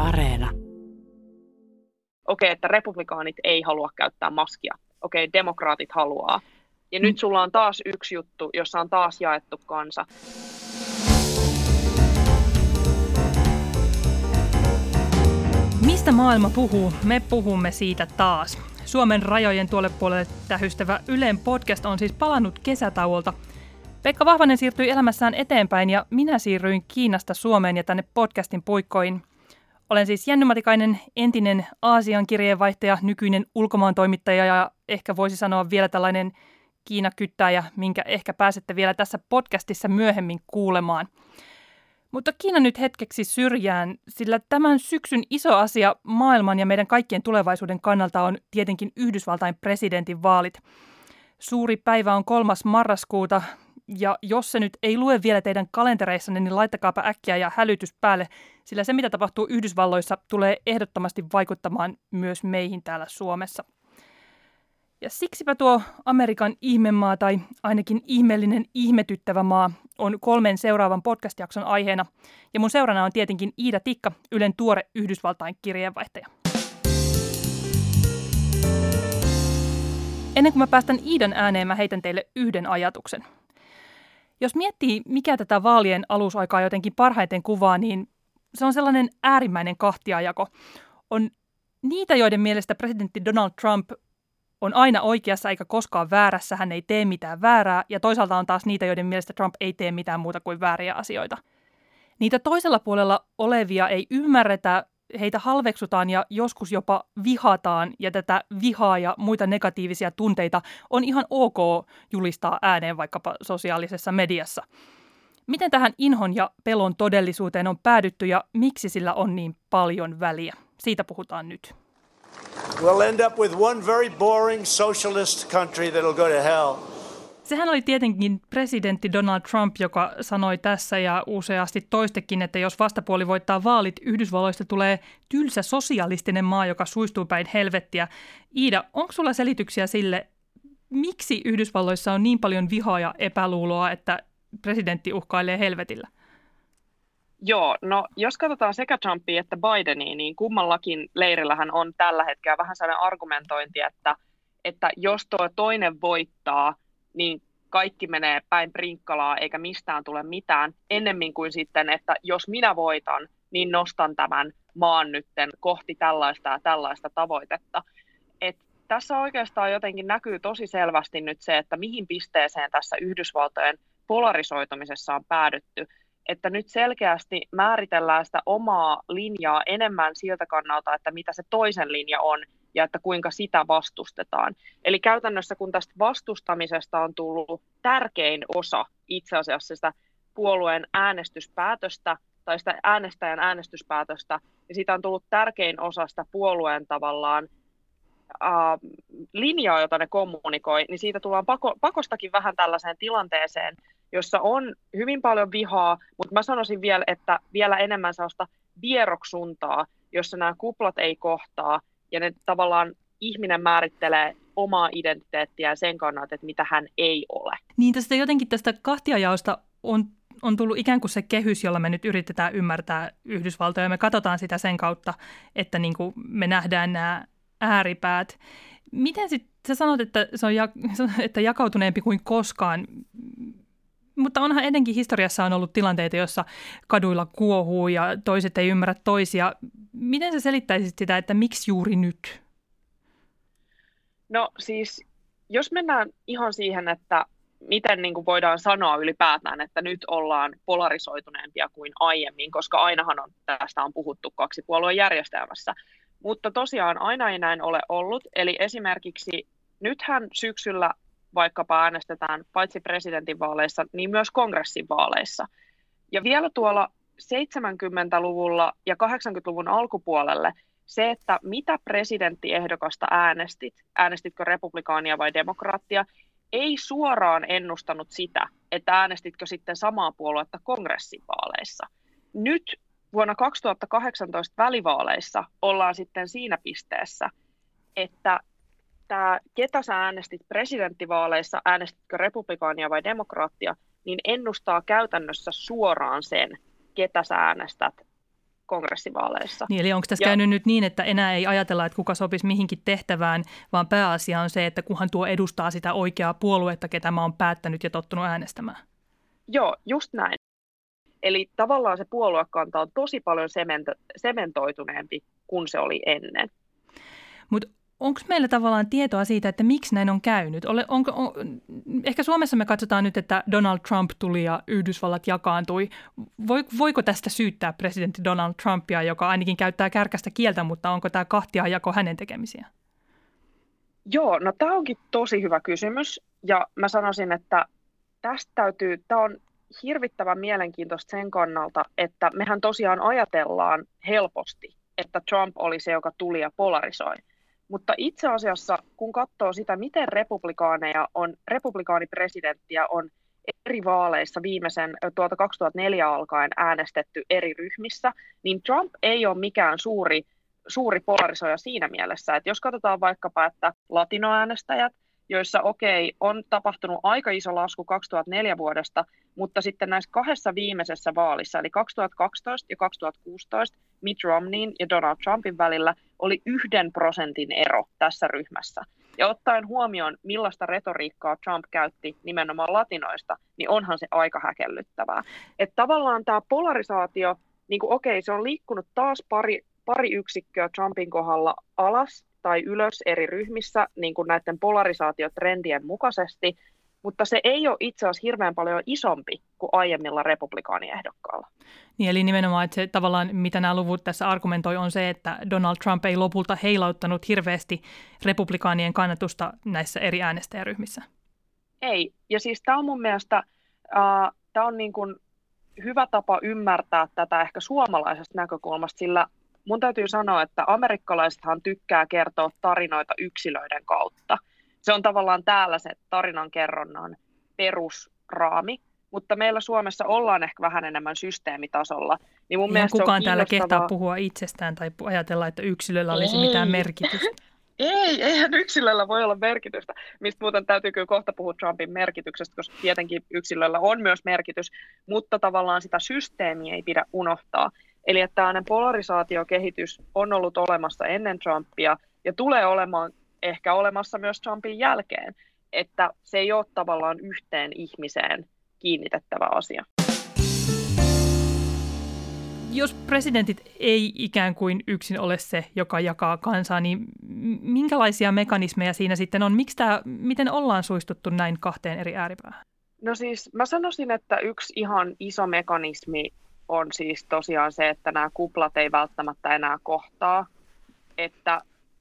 Areena. Okei, että republikaanit ei halua käyttää maskia. Okei, demokraatit haluaa. Ja nyt sulla on taas yksi juttu, jossa on taas jaettu kansa. Mistä maailma puhuu? Me puhumme siitä taas. Suomen rajojen tuolle puolelle tähystävä Ylen podcast on siis palannut kesätauolta. Pekka Vahvanen siirtyi elämässään eteenpäin ja minä siirryin Kiinasta Suomeen ja tänne podcastin puikkoihin. Olen siis Jenny Matikainen, entinen Aasian kirjeenvaihtaja, nykyinen ulkomaantoimittaja ja ehkä voisi sanoa vielä tällainen Kiina-kyttäjä, minkä ehkä pääsette vielä tässä podcastissa myöhemmin kuulemaan. Mutta Kiina nyt hetkeksi syrjään, sillä tämän syksyn iso asia maailman ja meidän kaikkien tulevaisuuden kannalta on tietenkin Yhdysvaltain presidentinvaalit. Suuri päivä on 3. marraskuuta ja jos se nyt ei lue vielä teidän kalentereissanne, niin laittakaapa äkkiä ja hälytys päälle, sillä se mitä tapahtuu Yhdysvalloissa tulee ehdottomasti vaikuttamaan myös meihin täällä Suomessa. Ja siksipä tuo Amerikan ihmemaa tai ainakin ihmeellinen ihmetyttävä maa on 3 seuraavan podcast-jakson aiheena. Ja mun seurana on tietenkin Iida Tikka, Ylen tuore Yhdysvaltain kirjeenvaihtaja. Ennen kuin mä päästän Iidan ääneen, mä heitän teille yhden ajatuksen. Jos miettii, mikä tätä vaalien alusaikaa jotenkin parhaiten kuvaa, niin se on sellainen äärimmäinen kahtiajako. On niitä, joiden mielestä presidentti Donald Trump on aina oikeassa eikä koskaan väärässä, hän ei tee mitään väärää, ja toisaalta on taas niitä, joiden mielestä Trump ei tee mitään muuta kuin vääriä asioita. Niitä toisella puolella olevia ei ymmärretä, heitä halveksutaan ja joskus jopa vihataan, ja tätä vihaa ja muita negatiivisia tunteita on ihan ok julistaa ääneen vaikkapa sosiaalisessa mediassa. Miten tähän inhon ja pelon todellisuuteen on päädytty ja miksi sillä on niin paljon väliä? Siitä puhutaan nyt. We'll end up with one very boring socialist country that'll go to hell. Sehän oli tietenkin presidentti Donald Trump, joka sanoi tässä ja useasti toistekin, että jos vastapuoli voittaa vaalit, Yhdysvalloista tulee tylsä sosialistinen maa, joka suistuu päin helvettiä. Iida, onko sulla selityksiä sille, miksi Yhdysvalloissa on niin paljon vihaa ja epäluuloa, että presidentti uhkailee helvetillä? Joo, no jos katsotaan sekä Trumpia että Bidenia, niin kummallakin leirillähän on tällä hetkellä vähän sellainen argumentointi, että jos tuo toinen voittaa, niin kaikki menee päin prinkkalaa eikä mistään tule mitään, ennemmin kuin sitten, että jos minä voitan, niin nostan tämän maan nytten kohti tällaista ja tällaista tavoitetta. Et tässä oikeastaan jotenkin näkyy tosi selvästi nyt se, että mihin pisteeseen tässä Yhdysvaltojen polarisoitumisessa on päädytty. Että nyt selkeästi määritellään sitä omaa linjaa enemmän siltä kannalta, että mitä se toisen linja on ja että kuinka sitä vastustetaan. Eli käytännössä kun tästä vastustamisesta on tullut tärkein osa itse asiassa sitä puolueen äänestyspäätöstä tai sitä äänestäjän äänestyspäätöstä, niin siitä on tullut tärkein osa sitä puolueen tavallaan linjaa, jota ne kommunikoi, niin siitä tullaan pakostakin vähän tällaiseen tilanteeseen, jossa on hyvin paljon vihaa, mutta mä sanoisin vielä, että vielä enemmän sellaista vieroksuntaa, jossa nämä kuplat ei kohtaa ja ne tavallaan ihminen määrittelee omaa identiteettiään sen kannalta, että mitä hän ei ole. Niin tästä kahtiajaosta on tullut ikään kuin se kehys, jolla me nyt yritetään ymmärtää Yhdysvaltoja. Me katsotaan sitä sen kautta, että niin kuin me nähdään nämä ääripäät. Miten sitten sä sanot, että se on että jakautuneempi kuin koskaan? Mutta onhan ennenkin historiassa on ollut tilanteita, joissa kaduilla kuohuu ja toiset ei ymmärrä toisia. Miten sä selittäisit sitä, että miksi juuri nyt? No siis, jos mennään ihan siihen, että miten niin kuin voidaan sanoa ylipäätään, että nyt ollaan polarisoituneempia kuin aiemmin, koska ainahan tästä on puhuttu kaksipuoluejärjestelmässä. Mutta tosiaan aina ei näin ole ollut. Eli esimerkiksi nythän syksyllä vaikkapa äänestetään paitsi presidentinvaaleissa, niin myös kongressinvaaleissa. Ja vielä tuolla 70-luvulla ja 80-luvun alkupuolelle se, että mitä presidenttiehdokasta äänestitkö republikaania vai demokraattia, ei suoraan ennustanut sitä, että äänestitkö sitten samaa puoluetta kongressinvaaleissa. Nyt vuonna 2018 välivaaleissa ollaan sitten siinä pisteessä, että ketä sä äänestit presidenttivaaleissa, äänestitkö republikaania vai demokraattia, niin ennustaa käytännössä suoraan sen, ketä sä äänestät kongressivaaleissa. Niin, eli onko tässä käynyt nyt niin, että enää ei ajatella, että kuka sopisi mihinkin tehtävään, vaan pääasia on se, että kunhan tuo edustaa sitä oikeaa puoluetta, ketä mä oon päättänyt ja tottunut äänestämään? Joo, just näin. Eli tavallaan se puoluekanta on tosi paljon sementoituneempi kuin se oli ennen. Mutta onko meillä tavallaan tietoa siitä, että miksi näin on käynyt? Ehkä Suomessa me katsotaan nyt, että Donald Trump tuli ja Yhdysvallat jakaantui. Voiko tästä syyttää presidentti Donald Trumpia, joka ainakin käyttää kärkästä kieltä, mutta onko tämä kahtiajako hänen tekemisiä? Joo, no tämä onkin tosi hyvä kysymys. Ja mä sanoisin, että tämä on hirvittävän mielenkiintoista sen kannalta, että mehän tosiaan ajatellaan helposti, että Trump oli se, joka tuli ja polarisoi. Mutta itse asiassa, kun katsoo sitä, miten republikaanipresidenttiä on eri vaaleissa viimeisen 2004 alkaen äänestetty eri ryhmissä, niin Trump ei ole mikään suuri polarisoija siinä mielessä, että jos katsotaan vaikkapa, että latinoäänestäjät, joissa on tapahtunut aika iso lasku 2004 vuodesta, mutta sitten näissä kahdessa viimeisessä vaalissa, eli 2012 ja 2016, Mitt Romneyn ja Donald Trumpin välillä oli 1% ero tässä ryhmässä. Ja ottaen huomioon, millaista retoriikkaa Trump käytti nimenomaan latinoista, niin onhan se aika häkellyttävää. Että tavallaan tämä polarisaatio, niin se on liikkunut taas pari yksikköä Trumpin kohdalla alas tai ylös eri ryhmissä niin kuin näiden polarisaatiotrendien mukaisesti, mutta se ei ole itse asiassa hirveän paljon isompi kuin aiemmilla republikaaniehdokkailla. Niin, eli nimenomaan, että se tavallaan, mitä nämä luvut tässä argumentoi, on se, että Donald Trump ei lopulta heilauttanut hirveästi republikaanien kannatusta näissä eri äänestäjäryhmissä. Ei, ja siis tämä on mun mielestä tämä on niin kuin hyvä tapa ymmärtää tätä ehkä suomalaisesta näkökulmasta, sillä mun täytyy sanoa, että amerikkalaisethan tykkää kertoa tarinoita yksilöiden kautta. Se on tavallaan täällä se tarinankerronnan perusraami, mutta meillä Suomessa ollaan ehkä vähän enemmän systeemitasolla. Niin mun mielestä kukaan täällä kehtaa puhua itsestään tai ajatella, että yksilöllä olisi mitään merkitystä. Eihän yksilöllä voi olla merkitystä, mistä muuten täytyy kyllä kohta puhua Trumpin merkityksestä, koska tietenkin yksilöllä on myös merkitys, mutta tavallaan sitä systeemiä ei pidä unohtaa. Eli että tällainen polarisaatiokehitys on ollut olemassa ennen Trumpia ja tulee olemaan ehkä olemassa myös Trumpin jälkeen, että se ei ole tavallaan yhteen ihmiseen kiinnitettävä asia. Jos presidentit ei ikään kuin yksin ole se, joka jakaa kansaa, niin minkälaisia mekanismeja siinä sitten on? Miten ollaan suistuttu näin kahteen eri ääripäähän? No siis mä sanoisin, että yksi ihan iso mekanismi on siis tosiaan se, että nämä kuplat ei välttämättä enää kohtaa, että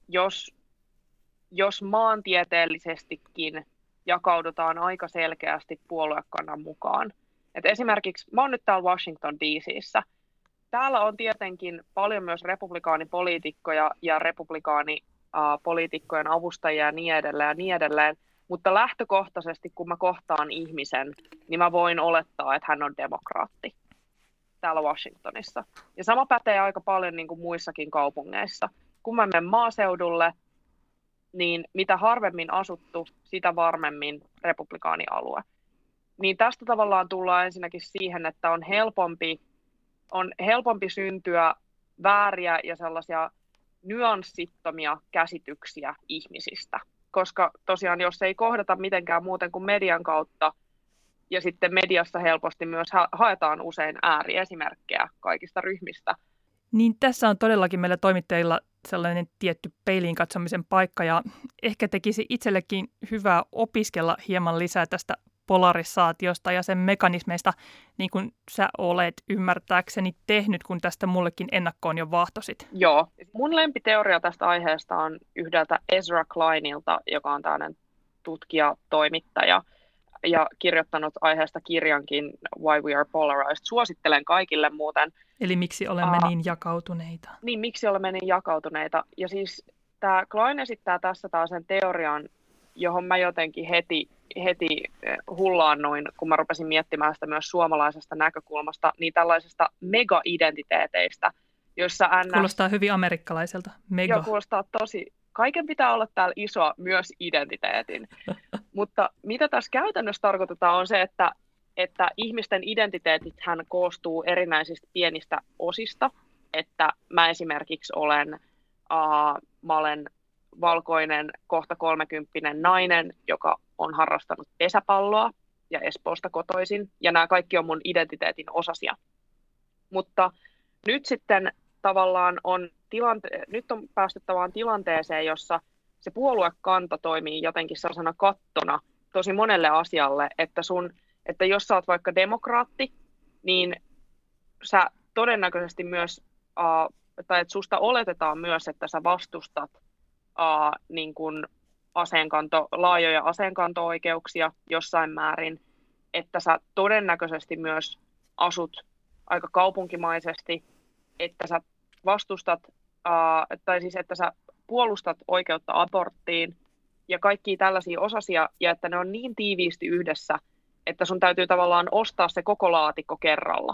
jos maantieteellisestikin jakaudutaan aika selkeästi puoluekannan mukaan. Et esimerkiksi mä oon nyt täällä Washington DC:ssä. Täällä on tietenkin paljon myös republikaanipoliitikkoja ja republikaanipoliitikkojen avustajia ja niin edelleen, mutta lähtökohtaisesti kun mä kohtaan ihmisen, niin mä voin olettaa, että hän on demokraatti täällä Washingtonissa. Ja sama pätee aika paljon niin kuin muissakin kaupungeissa. Kun mä menen maaseudulle, niin mitä harvemmin asuttu, sitä varmemmin republikaanialue. Niin tästä tavallaan tullaan ensinnäkin siihen, että on helpompi syntyä vääriä ja sellaisia nyanssittomia käsityksiä ihmisistä. Koska tosiaan, jos ei kohdata mitenkään muuten kuin median kautta, ja sitten mediassa helposti myös haetaan usein ääriesimerkkejä kaikista ryhmistä. Niin tässä on todellakin meillä toimittajilla sellainen tietty peiliin katsomisen paikka, ja ehkä tekisi itsellekin hyvää opiskella hieman lisää tästä polarisaatiosta ja sen mekanismeista, niin kuin sä olet ymmärtääkseni tehnyt, kun tästä mullekin ennakkoon jo vaahtosit. Joo. Mun lempiteoria tästä aiheesta on yhdeltä Ezra Kleinilta, joka on tällainen tutkija, toimittaja ja kirjoittanut aiheesta kirjankin Why We Are Polarized. Suosittelen kaikille muuten. Eli miksi olemme niin jakautuneita? Niin, miksi olemme niin jakautuneita. Ja siis tämä Klein esittää tässä taas sen teorian, johon mä jotenkin heti hullaannuin, kun mä rupesin miettimään sitä myös suomalaisesta näkökulmasta, niin tällaisesta mega-identiteeteistä, joissa kuulostaa hyvin amerikkalaiselta. Mega. Joo, kuulostaa tosi. Kaiken pitää olla täällä isoa, myös identiteetin. Mutta mitä tässä käytännössä tarkoitetaan on se, että ihmisten identiteetithän koostuu erinäisistä pienistä osista. että mä esimerkiksi mä olen valkoinen kohta 30 nainen, joka on harrastanut pesäpalloa ja Espoosta kotoisin, ja nämä kaikki on mun identiteetin osasia. Mutta nyt sitten tavallaan nyt on päästy tavallaan tilanteeseen, jossa se puoluekanta toimii jotenkin sellaisena kattona tosi monelle asialle, että jos sä oot vaikka demokraatti, niin sä todennäköisesti myös, tai että susta oletetaan myös, että sä vastustat niin kuin laajoja aseenkanto-oikeuksia jossain määrin, että sä todennäköisesti myös asut aika kaupunkimaisesti, että sä vastustat, tai siis että sä puolustat oikeutta aborttiin ja kaikkia tällaisia osasia, ja että ne on niin tiiviisti yhdessä, että sun täytyy tavallaan ostaa se koko laatikko kerralla.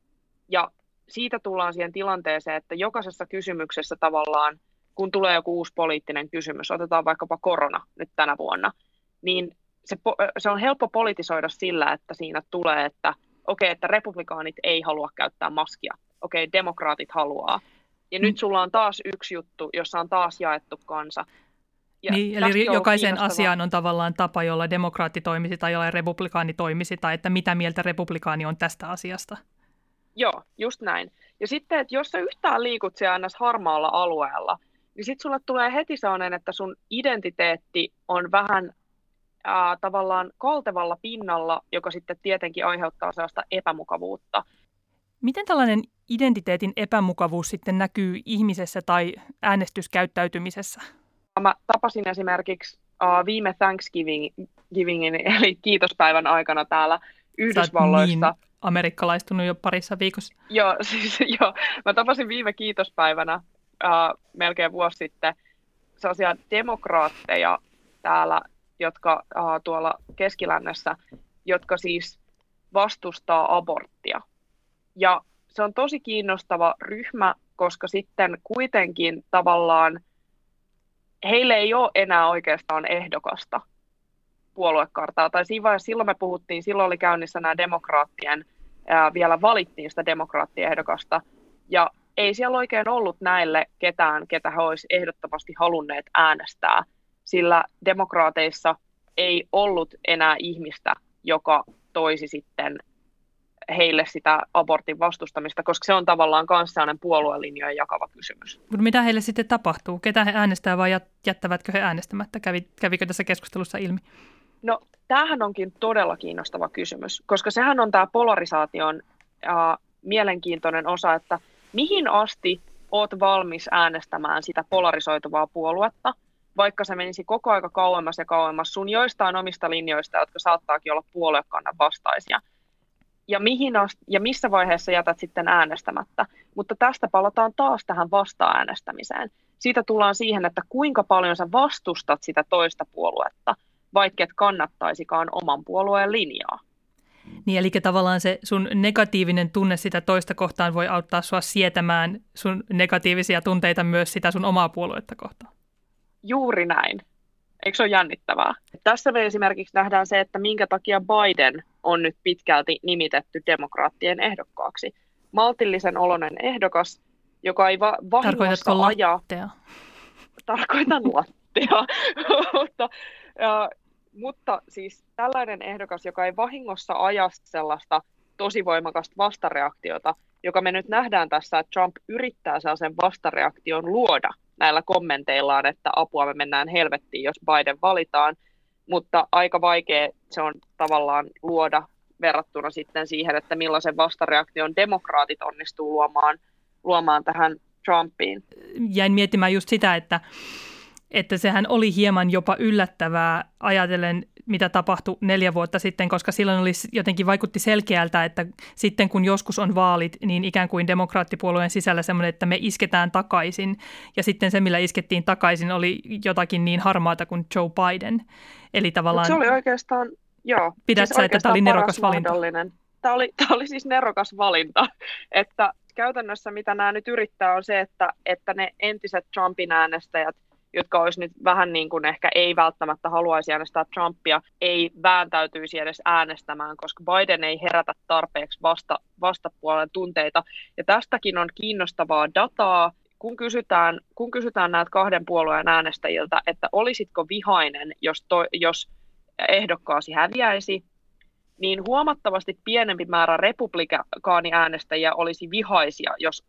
Ja siitä tullaan siihen tilanteeseen, että jokaisessa kysymyksessä tavallaan, kun tulee joku uusi poliittinen kysymys, otetaan vaikkapa korona nyt tänä vuonna, niin se on helppo politisoida sillä, että siinä tulee, että okei, että republikaanit ei halua käyttää maskia, okei, demokraatit haluaa. Ja nyt sulla on taas yksi juttu, jossa on taas jaettu kansa. Ja niin, eli jokaisen asiaan on tavallaan tapa, jolla demokraatti toimisi tai jolla republikaani toimisi, tai että mitä mieltä republikaani on tästä asiasta. Joo, just näin. Ja sitten, että jos sä yhtään liikut siellä ns. Harmaalla alueella, niin sitten sulle tulee heti sellainen, että sun identiteetti on vähän tavallaan kaltevalla pinnalla, joka sitten tietenkin aiheuttaa sellaista epämukavuutta. Miten tällainen identiteetin epämukavuus sitten näkyy ihmisessä tai äänestyskäyttäytymisessä? Mä tapasin esimerkiksi viime Thanksgivingin, eli kiitospäivän aikana täällä Yhdysvalloissa. Sä oot niin amerikkalaistunut jo parissa viikossa. Joo, mä tapasin viime kiitospäivänä melkein vuosi sitten sellaisia demokraatteja täällä, jotka tuolla Keskilännessä, jotka siis vastustaa aborttia. Ja se on tosi kiinnostava ryhmä, koska sitten kuitenkin tavallaan heille ei ole enää oikeastaan ehdokasta puoluekartaa. Tai silloin me puhuttiin, silloin oli käynnissä nämä demokraattien, vielä valittiin sitä demokraattiehdokasta. Ja ei siellä oikein ollut näille ketään, ketä he olisivat ehdottomasti halunneet äänestää, sillä demokraateissa ei ollut enää ihmistä, joka toisi sitten heille sitä abortin vastustamista, koska se on tavallaan myös sellainen puoluelinjojen jakava kysymys. Mutta mitä heille sitten tapahtuu? Ketä he äänestää vai jättävätkö he äänestämättä? Kävikö tässä keskustelussa ilmi? No, tämähän onkin todella kiinnostava kysymys, koska sehän on tämä polarisaation mielenkiintoinen osa, että mihin asti oot valmis äänestämään sitä polarisoituvaa puoluetta, vaikka se menisi koko aika kauemmas ja kauemmas sun joistain omista linjoista, jotka saattaakin olla puoluekannan vastaisia. Ja missä vaiheessa jätät sitten äänestämättä. Mutta tästä palataan taas tähän vasta-äänestämiseen. Siitä tullaan siihen, että kuinka paljon sä vastustat sitä toista puoluetta, vaikka et kannattaisikaan oman puolueen linjaa. Niin, eli tavallaan se sun negatiivinen tunne sitä toista kohtaan voi auttaa sua sietämään sun negatiivisia tunteita myös sitä sun omaa puoluetta kohtaan. Juuri näin. Eikö se ole jännittävää? Tässä me esimerkiksi nähdään se, että minkä takia Biden on nyt pitkälti nimitetty demokraattien ehdokkaaksi. Maltillisen oloinen ehdokas, joka ei vahingossa aja. Lattea? Tarkoitan lattea. Mutta siis tällainen ehdokas, joka ei vahingossa aja sellaista tosi voimakasta vastareaktiota, joka me nyt nähdään tässä, että Trump yrittää sellaisen vastareaktion luoda näillä kommenteillaan, että apua me mennään helvettiin, jos Biden valitaan, mutta aika vaikea se on tavallaan luoda verrattuna sitten siihen, että millaisen vastareaktion demokraatit onnistuu luomaan tähän Trumpiin. Jäin miettimään just sitä, että sehän oli hieman jopa yllättävää ajatellen, mitä tapahtui 4 vuotta sitten, koska silloin jotenkin vaikutti selkeältä, että sitten kun joskus on vaalit, niin ikään kuin demokraattipuolueen sisällä semmoinen, että me isketään takaisin. Ja sitten se, millä iskettiin takaisin, oli jotakin niin harmaata kuin Joe Biden. Eli tavallaan... Mutta se oli oikeastaan, joo. Pidät siis sä, että tämä oli nerokas valinta? Tämä oli siis nerokas valinta, että käytännössä mitä nämä nyt yrittää on se, että ne entiset Trumpin äänestäjät, jotka olisi nyt vähän niin kuin ehkä ei välttämättä haluaisi äänestää Trumpia, ei vääntäytyisi edes äänestämään, koska Biden ei herätä tarpeeksi vastapuolen tunteita. Ja tästäkin on kiinnostavaa dataa, kun kysytään näiltä kahden puolueen äänestäjiltä, että olisitko vihainen, jos ehdokkaasi häviäisi, niin huomattavasti pienempi määrä republikaaniäänestäjiä olisi vihaisia, jos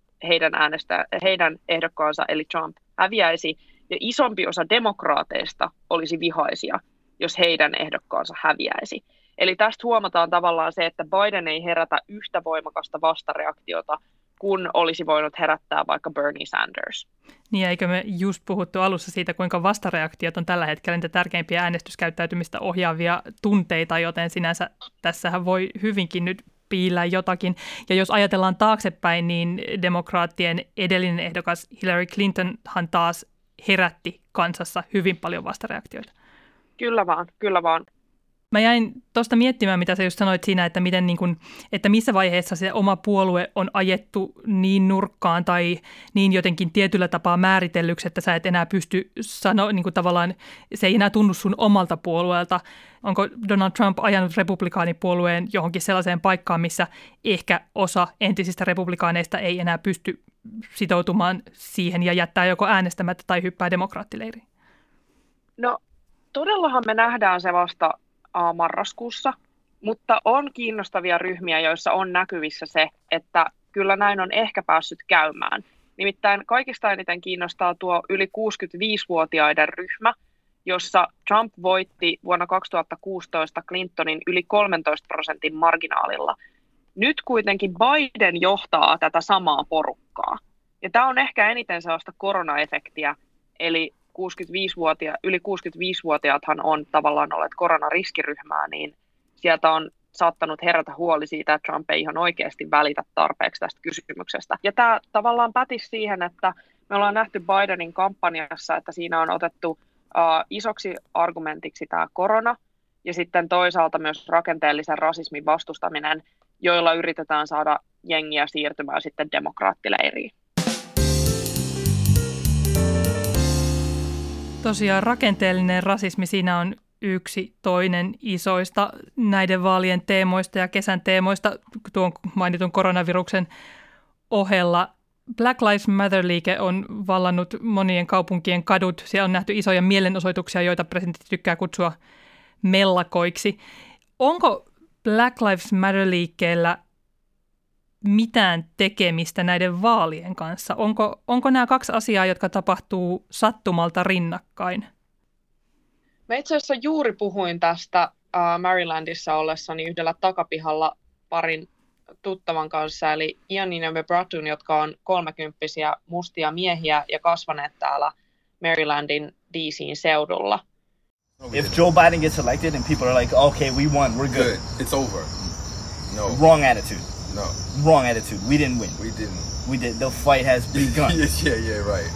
heidän ehdokkaansa eli Trump häviäisi, ja isompi osa demokraateista olisi vihaisia, jos heidän ehdokkaansa häviäisi. Eli tästä huomataan tavallaan se, että Biden ei herätä yhtä voimakasta vastareaktiota, kun olisi voinut herättää vaikka Bernie Sanders. Niin, eikö me just puhuttu alussa siitä, kuinka vastareaktiot on tällä hetkellä niitä tärkeimpiä äänestyskäyttäytymistä ohjaavia tunteita, joten sinänsä tässähän voi hyvinkin nyt piillä jotakin. Ja jos ajatellaan taaksepäin, niin demokraattien edellinen ehdokas Hillary Clintonhan taas herätti kansassa hyvin paljon vastareaktioita. Kyllä vaan. Mä jäin tuosta miettimään, mitä sä just sanoit siinä, että, että missä vaiheessa se oma puolue on ajettu niin nurkkaan tai niin jotenkin tietyllä tapaa määritellyksi, että sä et enää pysty sanoa, niin kuin tavallaan se ei enää tunnu sun omalta puolueelta. Onko Donald Trump ajanut republikaanipuolueen johonkin sellaiseen paikkaan, missä ehkä osa entisistä republikaaneista ei enää pysty sitoutumaan siihen ja jättää joko äänestämättä tai hyppää demokraattileiriin? No todellahan me nähdään se vasta marraskuussa, mutta on kiinnostavia ryhmiä, joissa on näkyvissä se, että kyllä näin on ehkä päässyt käymään. Nimittäin kaikista eniten kiinnostaa tuo yli 65-vuotiaiden ryhmä, jossa Trump voitti vuonna 2016 Clintonin yli 13% marginaalilla. Nyt kuitenkin Biden johtaa tätä samaa porukkaa. Ja tämä on ehkä eniten sellaista koronaefektiä, eli yli 65-vuotiaathan on tavallaan olleet koronariskiryhmää, niin sieltä on saattanut herätä huoli siitä, että Trump ei ihan oikeasti välitä tarpeeksi tästä kysymyksestä. Ja tämä tavallaan pätisi siihen, että me ollaan nähty Bidenin kampanjassa, että siinä on otettu isoksi argumentiksi tämä korona ja sitten toisaalta myös rakenteellisen rasismin vastustaminen, joilla yritetään saada jengiä siirtymään sitten demokraattileiriin. Tosiaan rakenteellinen rasismi, siinä on yksi toinen isoista näiden vaalien teemoista ja kesän teemoista tuon mainitun koronaviruksen ohella. Black Lives Matter-liike on vallannut monien kaupunkien kadut. Siellä on nähty isoja mielenosoituksia, joita presidentti tykkää kutsua mellakoiksi. Onko Black Lives Matter-liikkeellä mitään tekemistä näiden vaalien kanssa? Onko nämä kaksi asiaa, jotka tapahtuu sattumalta rinnakkain? Mä itse asiassa juuri puhuin tästä Marylandissa ollessani yhdellä takapihalla parin tuttavan kanssa, eli Ianin ja Bratun, jotka on 30-vuotiaita mustia miehiä ja kasvaneet täällä Marylandin DC:n seudulla. If Joe Biden gets elected and people are like, okay, we won, we're good. It's over. No. Wrong attitude. No. Wrong attitude. We didn't win. We didn't. We did. The fight has begun. yeah, right.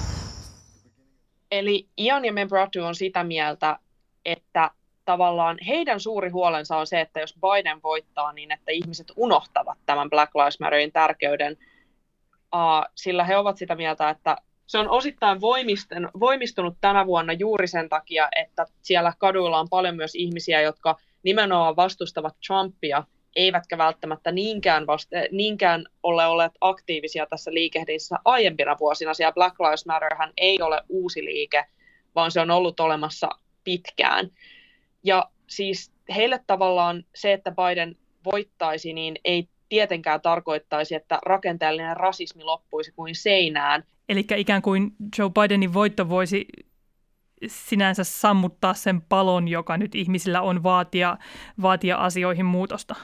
Eli Ian ja Mebratu on sitä mieltä, että tavallaan heidän suuri huolensa on se, että jos Biden voittaa, niin että ihmiset unohtavat tämän Black Lives Matterin tärkeyden, sillä he ovat sitä mieltä, että se on osittain voimistunut tänä vuonna juuri sen takia, että siellä kaduilla on paljon myös ihmisiä, jotka nimenomaan vastustavat Trumpia, eivätkä välttämättä niinkään ole olleet aktiivisia tässä liikehdissä aiempina vuosina. Siellä Black Lives Matterhän ei ole uusi liike, vaan se on ollut olemassa pitkään. Ja siis heille tavallaan se, että Biden voittaisi, niin ei tietenkään tarkoittaisi, että rakenteellinen rasismi loppuisi kuin seinään. Eli ikään kuin Joe Bidenin voitto voisi sinänsä sammuttaa sen palon, joka nyt ihmisillä on vaatia asioihin muutosta.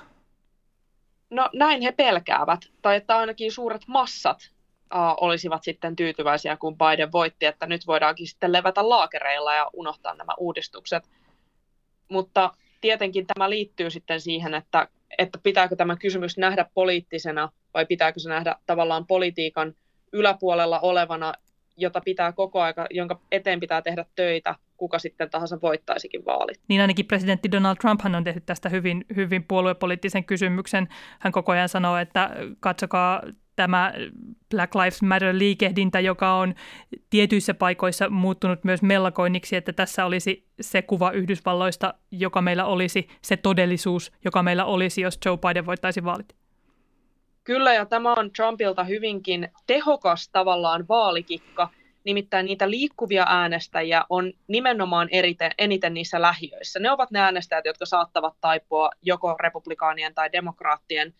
No näin he pelkäävät, tai että ainakin suuret massat olisivat sitten tyytyväisiä, kun Biden voitti, että nyt voidaankin sitten levätä laakereilla ja unohtaa nämä uudistukset. Mutta tietenkin tämä liittyy sitten siihen, että pitääkö tämä kysymys nähdä poliittisena vai pitääkö se nähdä tavallaan politiikan yläpuolella olevana, jota pitää koko aika, jonka eteen pitää tehdä töitä, kuka sitten tahansa voittaisikin vaalit. Niin ainakin presidentti Donald Trumphan on tehnyt tästä hyvin, hyvin puoluepoliittisen kysymyksen. Hän koko ajan sanoo, että katsokaa tämä Black Lives Matter-liikehdintä, joka on tietyissä paikoissa muuttunut myös mellakoinniksi, että tässä olisi se kuva Yhdysvalloista, joka meillä olisi, se todellisuus, joka meillä olisi, jos Joe Biden voittaisi vaalit. Kyllä, ja tämä on Trumpilta hyvinkin tehokas tavallaan vaalikikka, nimittäin niitä liikkuvia äänestäjiä on nimenomaan eniten niissä lähiöissä. Ne ovat ne äänestäjät, jotka saattavat taipua joko republikaanien tai demokraattien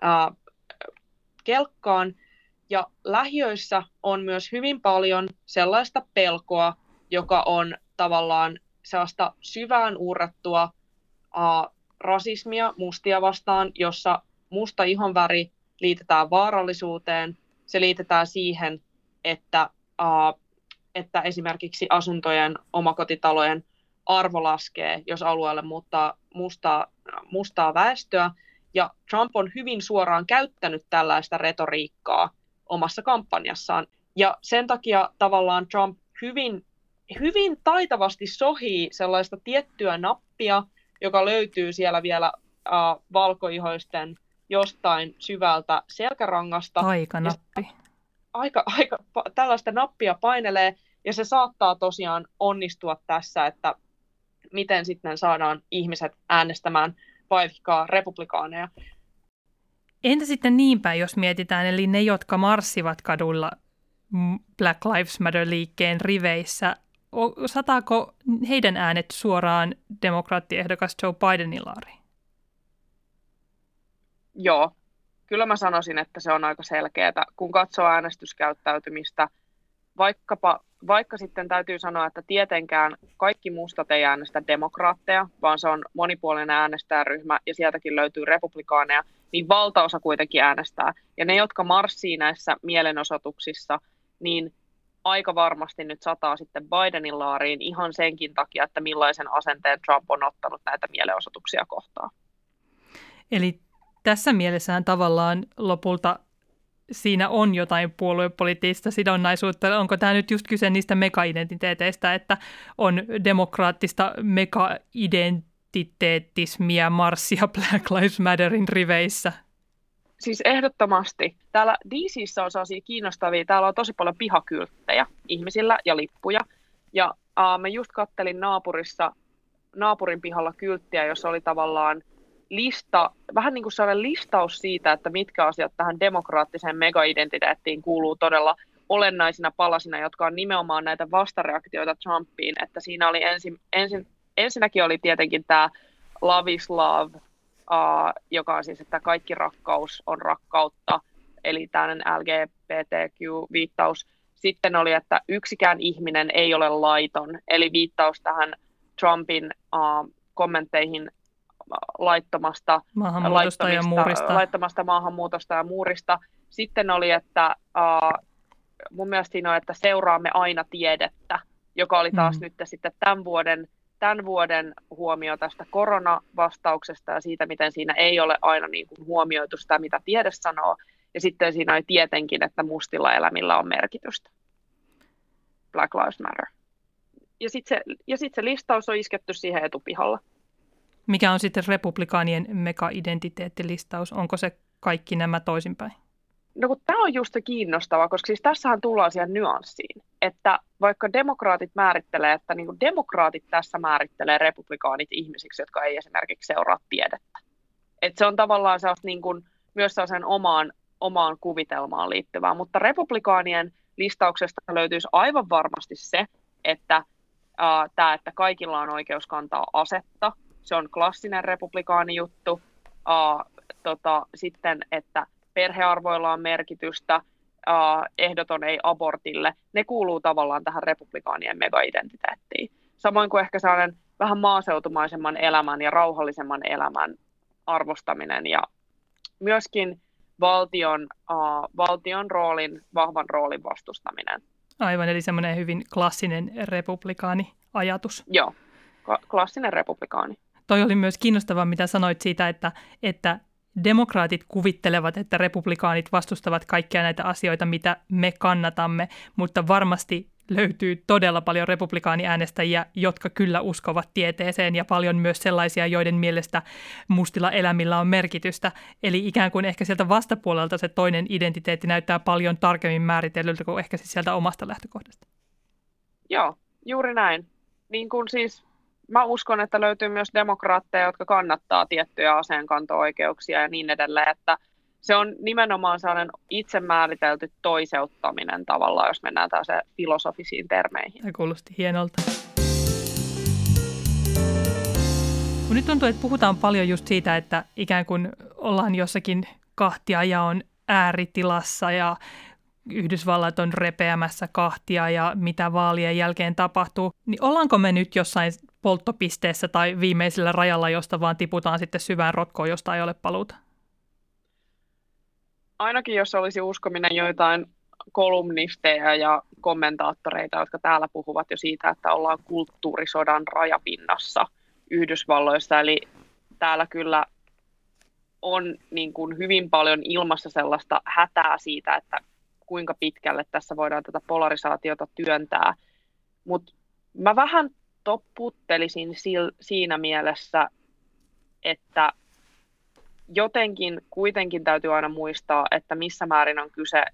kelkkaan. Ja lähiöissä on myös hyvin paljon sellaista pelkoa, joka on tavallaan sellaista syvään uurrettua rasismia mustia vastaan, jossa musta ihonväri liitetään vaarallisuuteen. Se liitetään siihen, että esimerkiksi asuntojen, omakotitalojen arvo laskee, jos alueelle muuttaa mustaa väestöä. Ja Trump on hyvin suoraan käyttänyt tällaista retoriikkaa omassa kampanjassaan. Ja sen takia tavallaan Trump hyvin taitavasti sohii sellaista tiettyä nappia, joka löytyy siellä vielä valkoihoisten jostain syvältä selkärangasta. Taikanappi. Aika tällaista nappia painelee, ja se saattaa tosiaan onnistua tässä, että miten sitten saadaan ihmiset äänestämään vaikka republikaaneja. Entä sitten niin päin, jos mietitään, eli ne, jotka marssivat kaduilla Black Lives Matter-liikkeen riveissä, sataako heidän äänet suoraan demokraattiehdokas Joe Bidenin laariin? Joo, kyllä mä sanoisin, että se on aika selkeää, kun katsoo äänestyskäyttäytymistä. Vaikka sitten täytyy sanoa, että tietenkään kaikki mustat ei äänestä demokraatteja, vaan se on monipuolinen äänestäjäryhmä ja sieltäkin löytyy republikaaneja, niin valtaosa kuitenkin äänestää. Ja ne, jotka marssii näissä mielenosoituksissa, niin aika varmasti nyt sataa sitten Bidenin laariin ihan senkin takia, että millaisen asenteen Trump on ottanut näitä mielenosoituksia kohtaan. Eli tässä mielessään tavallaan lopulta siinä on jotain puoluepoliittista sidonnaisuutta. Onko tämä nyt just kyse niistä mega-identiteeteistä, että on demokraattista mega-identiteettismiä marssia Black Lives Matterin riveissä? Siis ehdottomasti. Täällä DC:ssä on sellaisia kiinnostavia, täällä on tosi paljon pihakylttejä ihmisillä ja lippuja. Ja mä just kattelin naapurin pihalla kylttiä, jossa oli tavallaan vähän niin kuin sellainen listaus siitä, että mitkä asiat tähän demokraattiseen mega-identiteettiin kuuluu todella olennaisina palasina, jotka on nimenomaan näitä vastareaktioita Trumpiin. Että siinä oli ensinnäkin oli tietenkin tämä Love is Love, joka on siis, että kaikki rakkaus on rakkautta, eli tämmöinen LGBTQ-viittaus. Sitten oli, että yksikään ihminen ei ole laiton, eli viittaus tähän Trumpin kommentteihin laittomasta maahanmuutosta ja muurista. Sitten oli, että mun mielestä siinä on, että seuraamme aina tiedettä, joka oli taas nyt sitten tämän vuoden huomio tästä koronavastauksesta ja siitä, miten siinä ei ole aina niin kuin huomioitu sitä, mitä tiede sanoo. Ja sitten siinä oli tietenkin, että mustilla elämillä on merkitystä. Black Lives Matter. Ja sitten se listaus on isketty siihen etupihalla. Mikä on sitten republikaanien mega-identiteettilistaus? Onko se kaikki nämä toisinpäin? No kun tämä on just se kiinnostavaa, koska siis tässähän tullaan siihen nyanssiin, että vaikka demokraatit määrittelee, että niin kuin demokraatit tässä määrittelee republikaanit ihmisiksi, jotka ei esimerkiksi seuraa tiedettä. Että se on tavallaan niin kuin myös sellaisen omaan kuvitelmaan liittyvää, mutta republikaanien listauksesta löytyisi aivan varmasti se, että että kaikilla on oikeus kantaa asetta. Se on klassinen republikaanijuttu. Sitten, että perhearvoilla on merkitystä, ehdoton ei abortille. Ne kuuluu tavallaan tähän republikaanien mega-identiteettiin. Samoin kuin ehkä sellainen vähän maaseutumaisemman elämän ja rauhallisemman elämän arvostaminen ja myöskin valtion vahvan roolin vastustaminen. Aivan, eli semmoinen hyvin klassinen republikaani-ajatus. Joo, klassinen republikaani. Toi oli myös kiinnostavaa, mitä sanoit siitä, että demokraatit kuvittelevat, että republikaanit vastustavat kaikkia näitä asioita, mitä me kannatamme, mutta varmasti löytyy todella paljon republikaaniäänestäjiä, jotka kyllä uskovat tieteeseen ja paljon myös sellaisia, joiden mielestä mustilla elämillä on merkitystä. Eli ikään kuin ehkä sieltä vastapuolelta se toinen identiteetti näyttää paljon tarkemmin määritellyltä kuin ehkä siis sieltä omasta lähtökohdasta. Joo, juuri näin. Niin kuin siis mä uskon, että löytyy myös demokraatteja, jotka kannattaa tiettyjä aseenkanto-oikeuksia ja niin edelleen, että se on nimenomaan sellainen itse määritelty toiseuttaminen tavallaan, jos mennään tällaiseen filosofisiin termeihin. Tämä kuulosti hienolta. Kun nyt tuntuu, että puhutaan paljon just siitä, että ikään kuin ollaan jossakin kahtiajaon ääritilassa ja Yhdysvallat on repeämässä kahtia ja mitä vaalien jälkeen tapahtuu, niin ollaanko me nyt jossain polttopisteessä tai viimeisellä rajalla, josta vaan tiputaan sitten syvään rotkoon, josta ei ole paluuta? Ainakin jos olisi uskominen joitain kolumnisteja ja kommentaattoreita, jotka täällä puhuvat jo siitä, että ollaan kulttuurisodan rajapinnassa Yhdysvalloissa. Eli täällä kyllä on niin kuin hyvin paljon ilmassa sellaista hätää siitä, että kuinka pitkälle tässä voidaan tätä polarisaatiota työntää. Mutta mä vähän topputtelisin siinä mielessä, että jotenkin kuitenkin täytyy aina muistaa, että missä määrin on kyse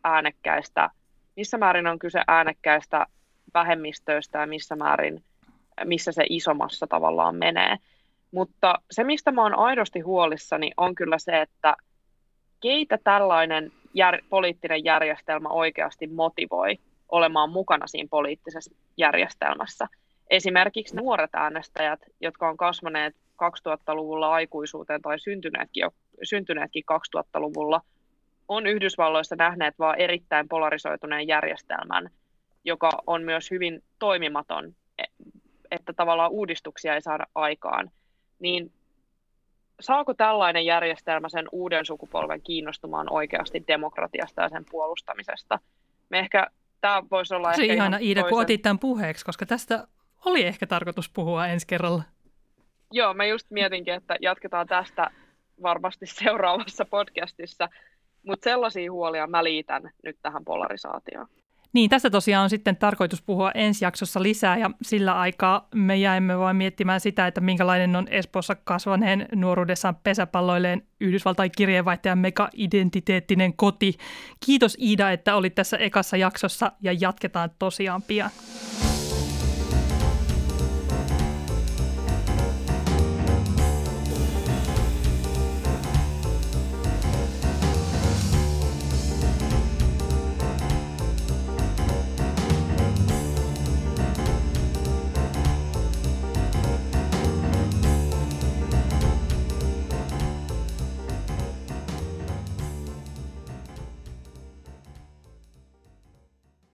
äänekkäistä vähemmistöistä ja missä se isomassa tavallaan menee. Mutta se, mistä mä oon aidosti huolissani, on kyllä se, että keitä tällainen poliittinen järjestelmä oikeasti motivoi olemaan mukana siinä poliittisessa järjestelmässä. Esimerkiksi nuoret äänestäjät, jotka on kasvaneet 2000-luvulla aikuisuuteen tai syntyneetkin 2000-luvulla, on Yhdysvalloissa nähneet vain erittäin polarisoituneen järjestelmän, joka on myös hyvin toimimaton, että tavallaan uudistuksia ei saada aikaan. Niin saako tällainen järjestelmä sen uuden sukupolven kiinnostumaan oikeasti demokratiasta ja sen puolustamisesta? Tämä voisi olla se ehkä ihana Iida, toisen... kun otit tämän puheeksi, koska tästä oli ehkä tarkoitus puhua ensi kerralla. Joo, mä just mietinkin, että jatketaan tästä varmasti seuraavassa podcastissa, mutta sellaisia huolia mä liitän nyt tähän polarisaatioon. Niin, tästä tosiaan on sitten tarkoitus puhua ensi jaksossa lisää ja sillä aikaa me jäimme vain miettimään sitä, että minkälainen on Espoossa kasvaneen nuoruudessaan pesäpalloilleen Yhdysvaltain kirjeenvaihtajan mega-identiteettinen koti. Kiitos Iida, että olit tässä ekassa jaksossa ja jatketaan tosiaan pian.